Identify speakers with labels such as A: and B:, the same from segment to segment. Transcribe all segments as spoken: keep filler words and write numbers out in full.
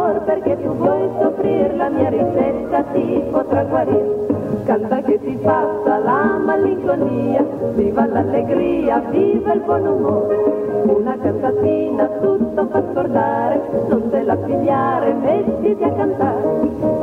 A: amor, perché tu vuoi soffrire, la mia ricetta ti potrà guarire. Canta che ti passa la malinconia, viva l'allegria, viva il buon umore. Una cantatina tutto fa scordare, non te la pigliare, mettiti a cantare.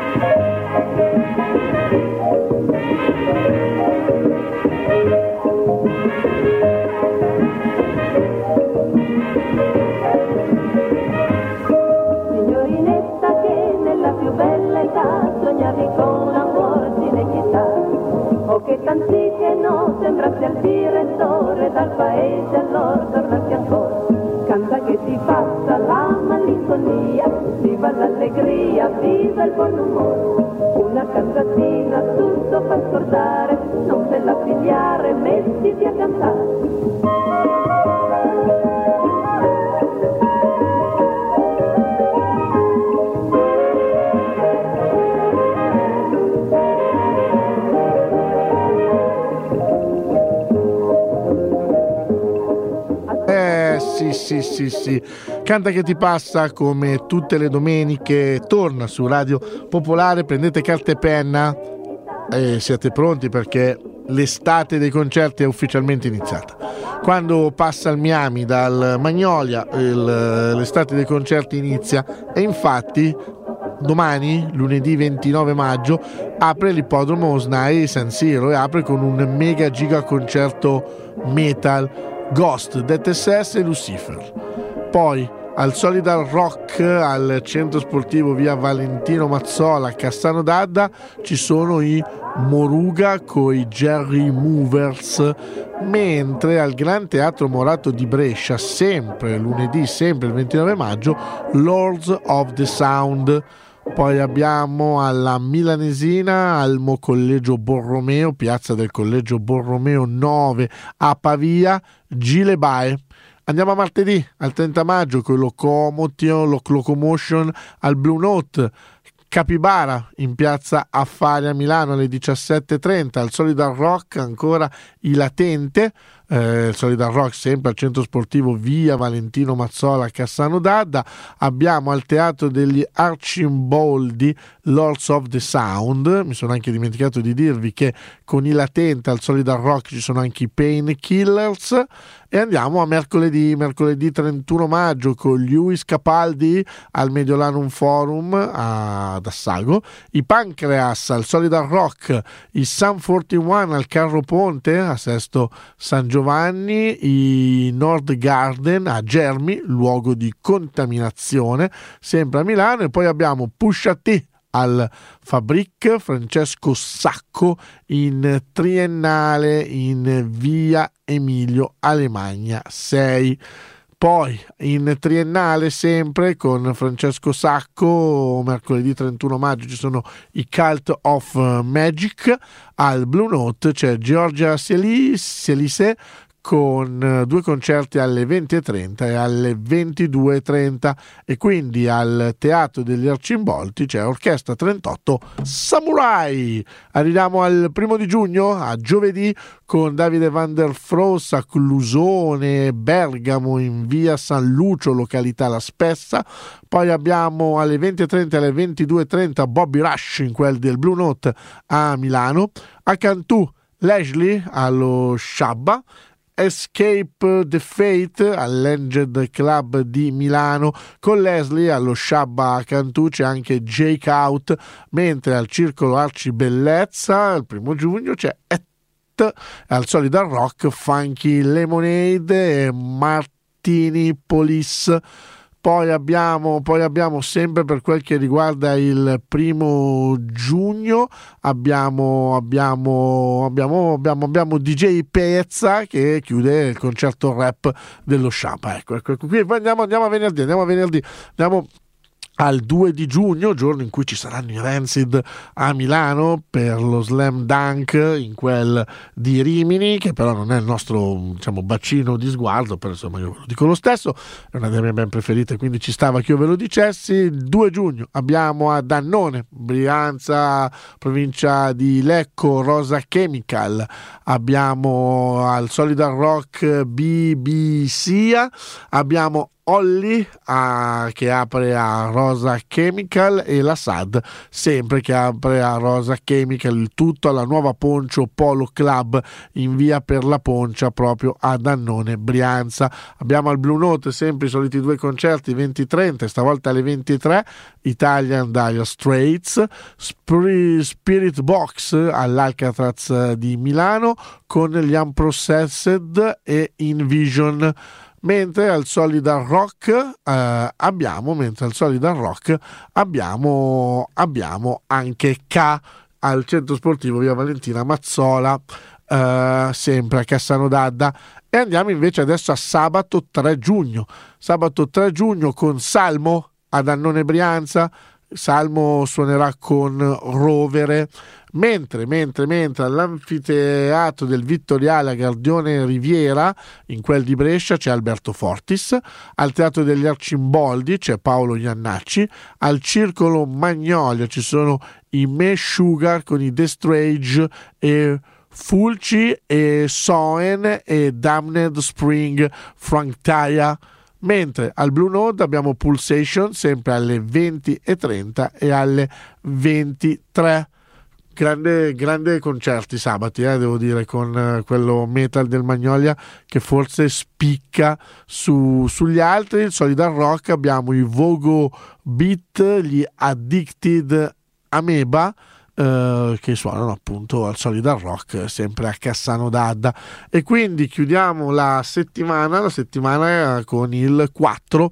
A: Signorinetta che nella più bella età sognavi con amor di equità, o che t'anziché no sembrassi al direttore, dal paese allora tornassi ancora. Canta che ti passa la malinconia, viva l'allegria, viva il buon umore. Una cantatina tutto fa scordare, non te la pigliare, mettiti a cantare.
B: Sì, sì, sì, sì. Canta che ti passa, come tutte le domeniche, torna su Radio Popolare. Prendete carta e penna e siete pronti, perché l'estate dei concerti è ufficialmente iniziata. Quando passa il Miami dal Magnolia, il, l'estate dei concerti inizia, e infatti domani, lunedì ventinove maggio, apre l'ippodromo Osnai San Siro, e apre con un mega giga concerto metal, Ghost, Death S S e Lucifer. Poi al Solidal Rock al centro sportivo via Valentino Mazzola a Cassano d'Adda ci sono i Moruga coi Jerry Movers, mentre al Gran Teatro Morato di Brescia, sempre lunedì, sempre il ventinove maggio, Lords of the Sound. Poi abbiamo alla Milanesina, al Mo Collegio Borromeo, piazza del Collegio Borromeo nove a Pavia, Gilebae. Andiamo a martedì, al trenta maggio, con Locomotion, Locomotion al Blue Note, Capibara in piazza Affari a Milano alle diciassette e trenta, al Solidal Rock ancora i Latente, eh, il Solidal Rock sempre al centro sportivo via Valentino Mazzola a Cassano d'Adda. Abbiamo al Teatro degli Arcimboldi Lords of the Sound. Mi sono anche dimenticato di dirvi che con i Latente al Solidal Rock ci sono anche i Painkillers. E andiamo a mercoledì, mercoledì trentuno maggio, con gli Luis Capaldi al Mediolanum Forum ad Assago, i Pancreas al Solidal Rock, i Sun quarantuno al Carro Ponte a Sesto San Giovanni, i Nord Garden a Germi, luogo di contaminazione, sempre a Milano. E poi abbiamo Pusha T al Fabric, Francesco Sacco in Triennale in via Emilio Alemagna sei. Poi in Triennale sempre con Francesco Sacco, mercoledì trentuno maggio ci sono i Cult of Magic. Al Blue Note c'è Giorgia Selise con due concerti alle venti e trenta e alle ventidue e trenta. E quindi al Teatro degli Arcimboldi c'è Orchestra trentotto Samurai. Arriviamo al primo di giugno, a giovedì, con Davide Van der Fross a Clusone, Bergamo in via San Lucio, località La Spessa. Poi abbiamo alle venti e trenta e alle ventidue e trenta Bobby Rush in quel del Blue Note a Milano. A Cantù Leslie allo Sciabba, Escape the Fate all'Enged Club di Milano. Con Leslie allo Sciabba a Cantù c'è anche Jake Out, mentre al Circolo Arci Bellezza il primo giugno c'è Et, al Solidal Rock Funky Lemonade e Martini Police. Poi abbiamo, poi abbiamo sempre per quel che riguarda il primo giugno abbiamo, abbiamo, abbiamo, abbiamo, abbiamo D J Pezza che chiude il concerto rap dello Sciabba. Ecco, ecco, ecco. Qui andiamo, andiamo a venerdì, andiamo a venerdì, andiamo al due di giugno, giorno in cui ci saranno i Rancid a Milano per lo Slam Dunk in quel di Rimini, che però non è il nostro, diciamo, bacino di sguardo, però insomma io ve lo dico lo stesso, è una delle mie band preferite, quindi ci stava che io ve lo dicessi. Il due giugno abbiamo a Dannone, Brianza, provincia di Lecco, Rosa Chemical. Abbiamo al Solidal Rock B B Sia, abbiamo Olli a, che apre a Rosa Chemical, e la S A D sempre che apre a Rosa Chemical, il tutto alla nuova Poncio Polo Club in via per la Poncia, proprio ad Annone Brianza. Abbiamo al Blue Note sempre i soliti due concerti venti e trenta, stavolta alle ventitré Italian Dire Straits, Spirit Box all'Alcatraz di Milano con gli Unprocessed e Invision. Mentre al Solidar Rock eh, abbiamo mentre al Solidar Rock abbiamo abbiamo anche K al centro sportivo via Valentina Mazzola, eh, sempre a Cassano d'Adda. E andiamo invece adesso a sabato tre giugno sabato tre giugno con Salmo ad Annone Brianza. Salmo suonerà con Rovere, mentre, mentre, mentre all'anfiteatro del Vittoriale a Gardione Riviera, in quel di Brescia, c'è Alberto Fortis, al Teatro degli Arcimboldi c'è Paolo Iannacci, al Circolo Magnolia ci sono i Me Sugar con i The Strange e Fulci e Soen e Damned Spring Frank Taya. Mentre al Blue Note abbiamo Pulsation sempre alle venti e trenta e alle ventitré. Grande, grande concerti sabati, eh, devo dire, con eh, quello metal del Magnolia che forse spicca su, sugli altri. Il Solidar Rock abbiamo i Vogo Beat, gli Addicted Ameba, Uh, che suonano appunto al Solidar Rock sempre a Cassano d'Adda. E quindi chiudiamo la settimana la settimana con il quattro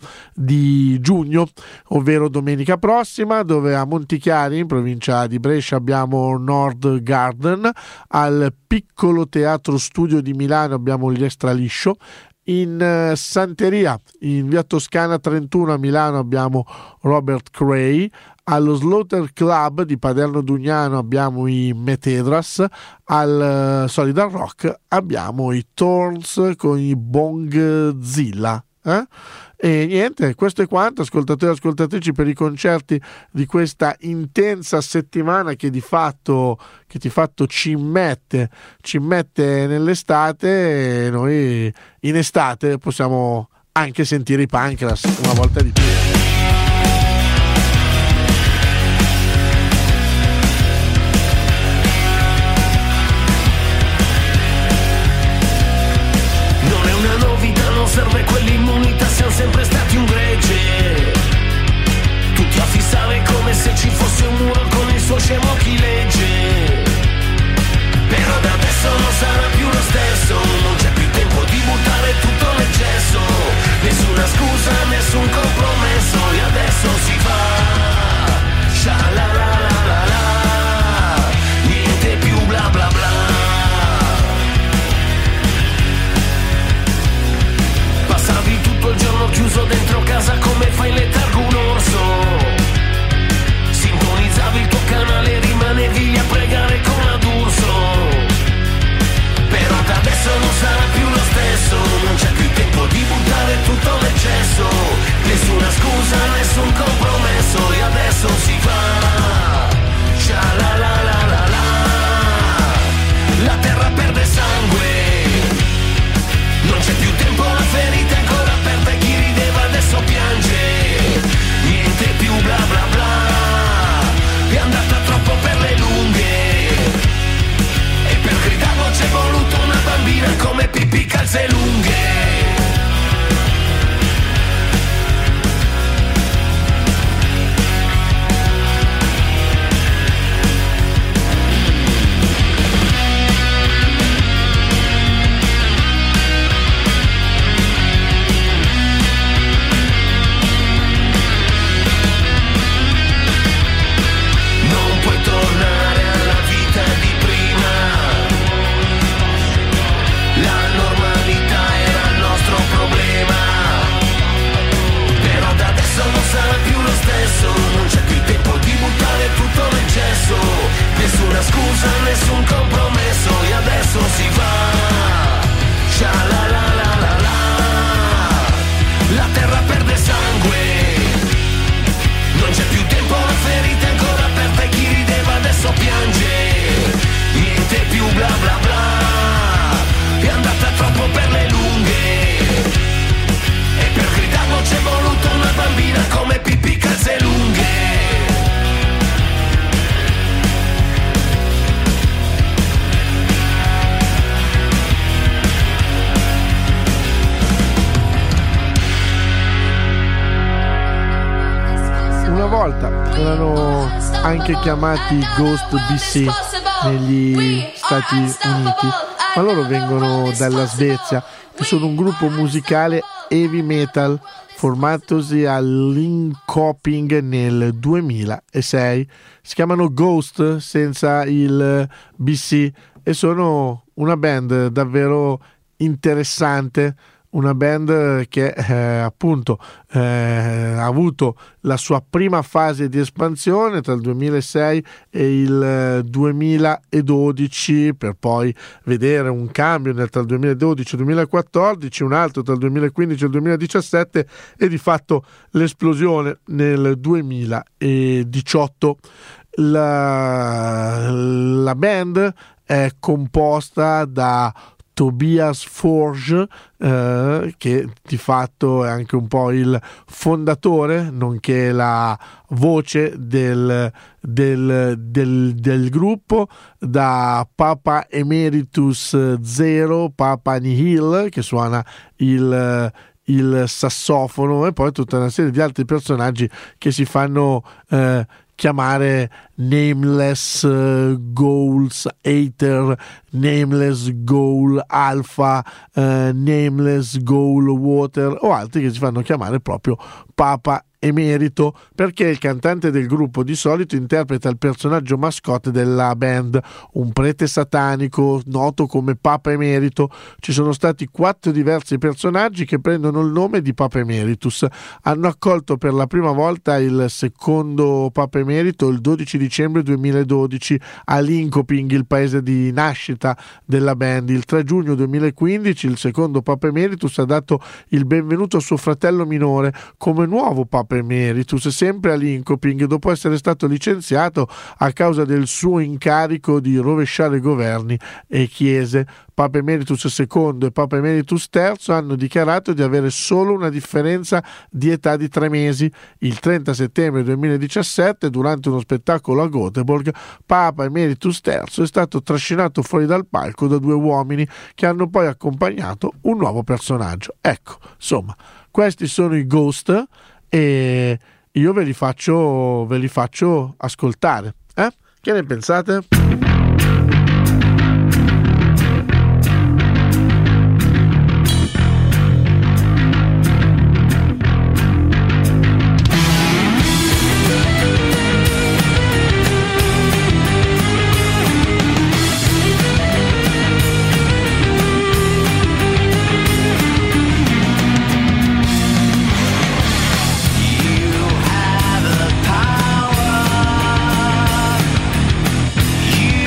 B: di giugno, ovvero domenica prossima, dove a Montichiari in provincia di Brescia abbiamo Nord Garden, al Piccolo Teatro Studio di Milano abbiamo gli Estraliscio, in uh, Santeria in via Toscana trentuno a Milano abbiamo Robert Cray, allo Slaughter Club di Paderno Dugnano abbiamo i Metedras, al uh, Solidar Rock abbiamo i Thorns con i Bongzilla. Eh? E niente, questo è quanto, ascoltatori e ascoltatrici, per i concerti di questa intensa settimana che di fatto, che di fatto ci mette, ci mette nell'estate, e noi in estate possiamo anche sentire i Pancras una volta di più.
C: Serve quell'immunità, siamo sempre stati un gregge. Tutti a fissare come se ci fosse un muro con il suo scemo chi legge. Però da adesso non sarà più lo stesso, non c'è più tempo di buttare tutto nel cesso. Nessuna scusa, nessun compromesso, e adesso si fa sha la la la la la, niente più bla bla bla. Passavi tutto il giorno chiuso dentro casa come fai in letargo un orso. Sintonizzavi il tuo canale, rimanevi lì a pregare con la d'Urso. Però da adesso non sarà più lo stesso, non c'è più tempo di buttare tutto nel cesso. Nessuna scusa, nessun compromesso, e adesso si fa sha la la la la la. La terra perde sangue, non c'è più tempo, la ferita è ancora aperta e chi rideva adesso piange. Niente più bla bla bla, è andata troppo per le lunghe. E per gridarlo c'è voluto una bambina come Pippi calze lunghe. Non c'è più tempo di buttare tutto nel cesso. Nessuna scusa, nessun compromesso, e adesso si va sha la la la la la. La terra perde sangue, non c'è più tempo, la ferita è ancora aperta e chi rideva adesso piange. Niente più bla bla bla, è andata troppo per le lunghe. E per gridarlo c'è
B: una volta erano anche chiamati Ghost B C negli Stati Uniti, ma loro vengono dalla Svezia e sono un gruppo musicale heavy metal formatosi a Linköping nel duemilasei. Si chiamano Ghost senza il B C e sono una band davvero interessante, una band che eh, appunto eh, ha avuto la sua prima fase di espansione tra il duemilasei e il duemiladodici, per poi vedere un cambio tra il duemiladodici e il duemilaquattordici, un altro tra il duemilaquindici e il duemiladiciassette e di fatto l'esplosione nel duemiladiciotto. La, la band è composta da Tobias Forge, eh, che di fatto è anche un po' il fondatore, nonché la voce del, del, del, del gruppo, da Papa Emeritus Zero, Papa Nihil, che suona il, il sassofono, e poi tutta una serie di altri personaggi che si fanno eh, chiamare Nameless uh, Goals Hater, Nameless Goal Alpha, uh, Nameless Goal Water o altri che si fanno chiamare proprio Papa Emerito, perché il cantante del gruppo di solito interpreta il personaggio mascotte della band, un prete satanico noto come Papa Emerito. Ci sono stati quattro diversi personaggi che prendono il nome di Papa Emeritus. Hanno accolto per la prima volta il secondo Papa Emerito il dodici dicembre duemiladodici a Linköping, il paese di nascita della band. Il tre giugno duemilaquindici il secondo Papa Emeritus ha dato il benvenuto a suo fratello minore come nuovo Papa Emeritus, sempre a Linköping, dopo essere stato licenziato a causa del suo incarico di rovesciare governi e chiese. Papa Emeritus secondo e Papa Emeritus terzo hanno dichiarato di avere solo una differenza di età di tre mesi. Il trenta settembre duemiladiciassette, durante uno spettacolo a Göteborg, Papa Emeritus terzo è stato trascinato fuori dal palco da due uomini che hanno poi accompagnato un nuovo personaggio. Ecco, insomma, questi sono i Ghost e io ve li faccio, ve li faccio ascoltare. Eh? Che ne pensate?
C: You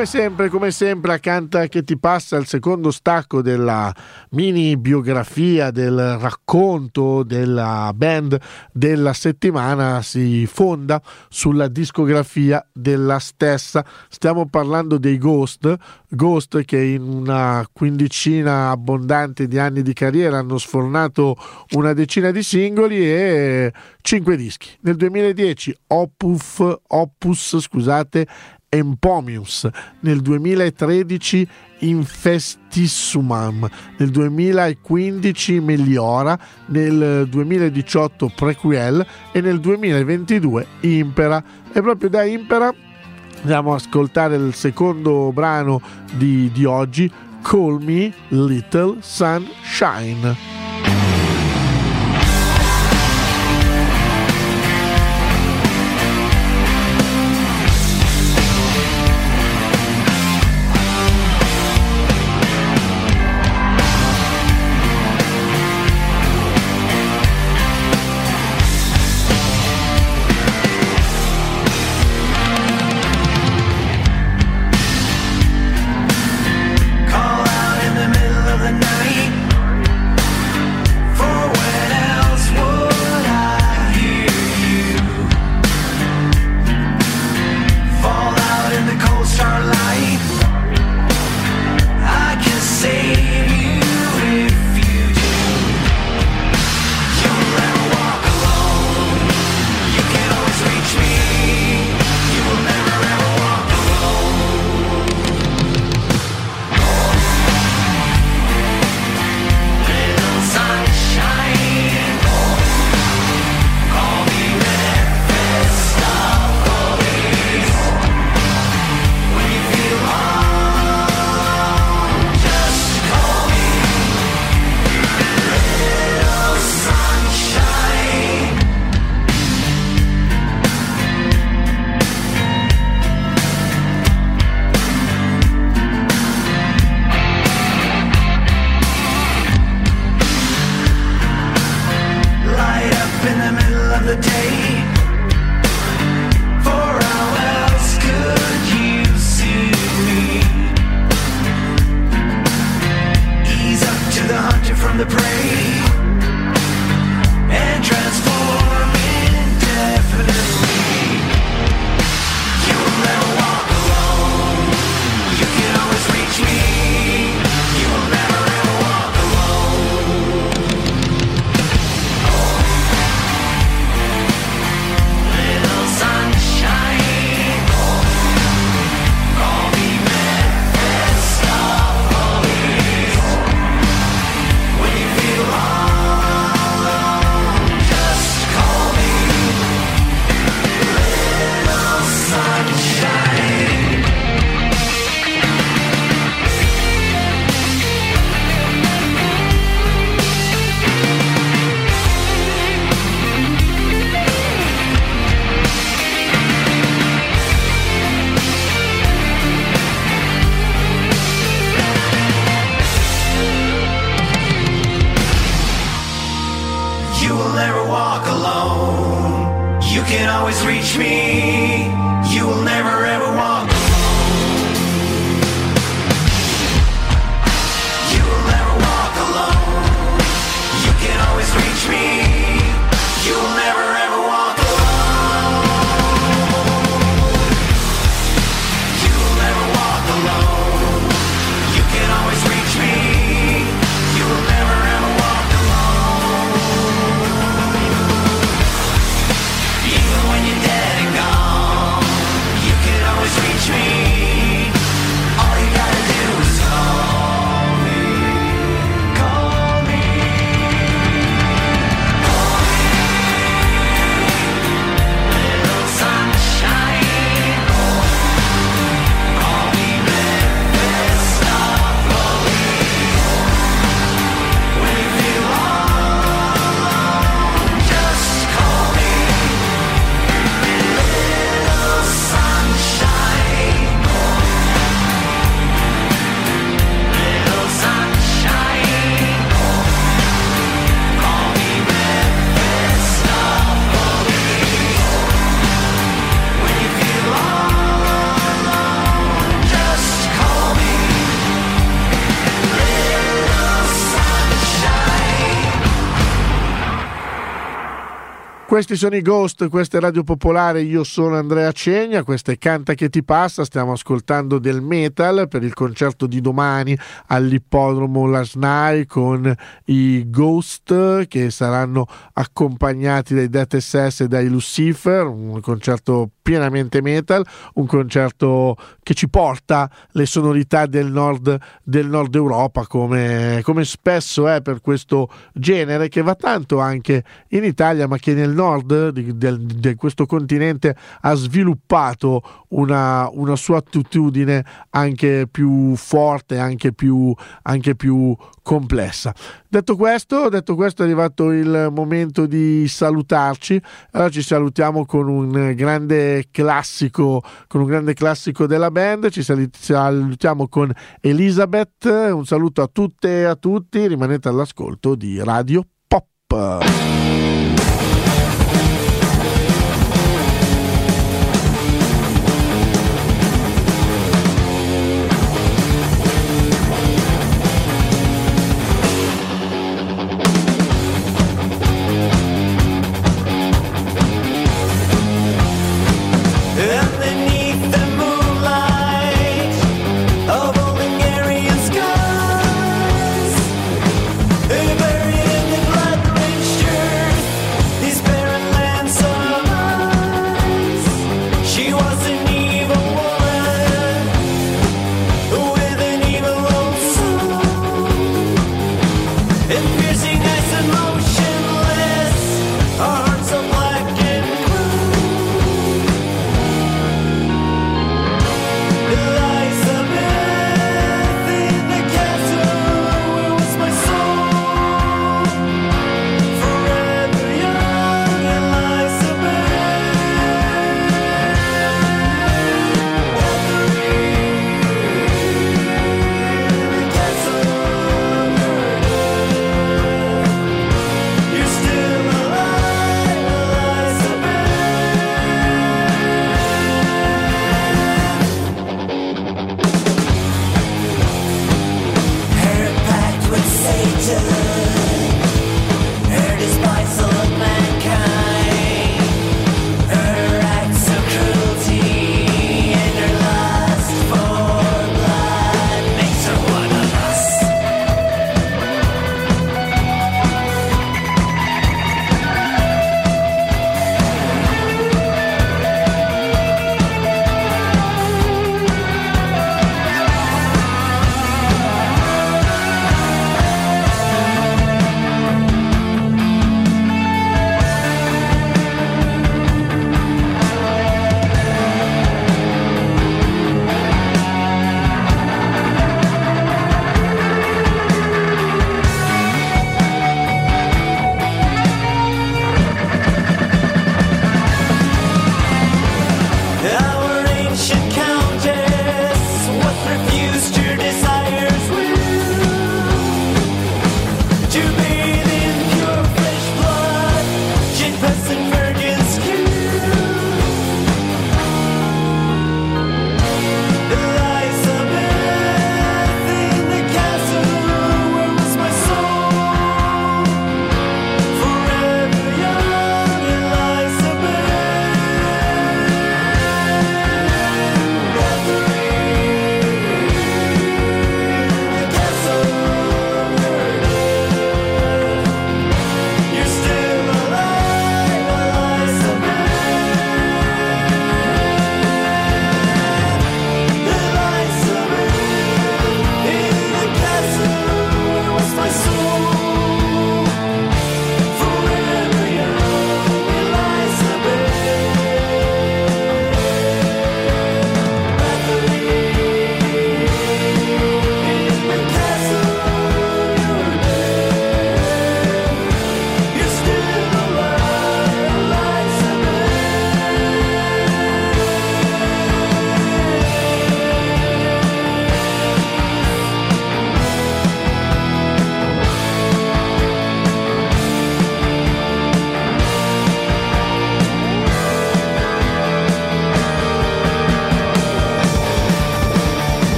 B: come sempre, come sempre, accanto che ti passa il secondo stacco della mini biografia, del racconto della band della settimana, si fonda sulla discografia della stessa. Stiamo parlando dei Ghost, Ghost che in una quindicina abbondante di anni di carriera hanno sfornato una decina di singoli e cinque dischi. Nel duemiladieci Opus, Opus scusate, Empomius, nel duemilatredici Infestissumam, nel duemilaquindici Meliora, nel duemiladiciotto Prequel e nel duemilaventidue Impera. E proprio da Impera andiamo ad ascoltare il secondo brano di, di oggi, Call Me Little Sunshine.
C: Even when you're dead and gone.
B: Questi sono i Ghost, questa è Radio Popolare, io sono Andrea Cegna, questa è Canta che ti passa, stiamo ascoltando del metal per il concerto di domani all'ippodromo Lasnai con i Ghost che saranno accompagnati dai Death S S e dai Lucifer, un concerto pienamente metal, un concerto che ci porta le sonorità del nord, del nord Europa come, come spesso è per questo genere che va tanto anche in Italia ma che nel nord di, di, di questo continente ha sviluppato una, una sua attitudine anche più forte, anche più, anche più complessa. Detto questo, detto questo è arrivato il momento di salutarci. Allora ci salutiamo con un grande classico, con un grande classico della band. Ci salutiamo con Elizabeth. Un saluto a tutte e a tutti. Rimanete all'ascolto di Radio Pop.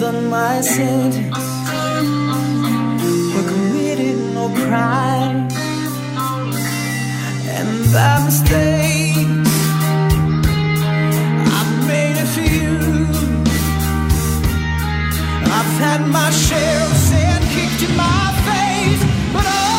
D: done my sentence, but committed no crime. And by mistakes I've made a few. I've had my share of sin kicked in my face, but oh,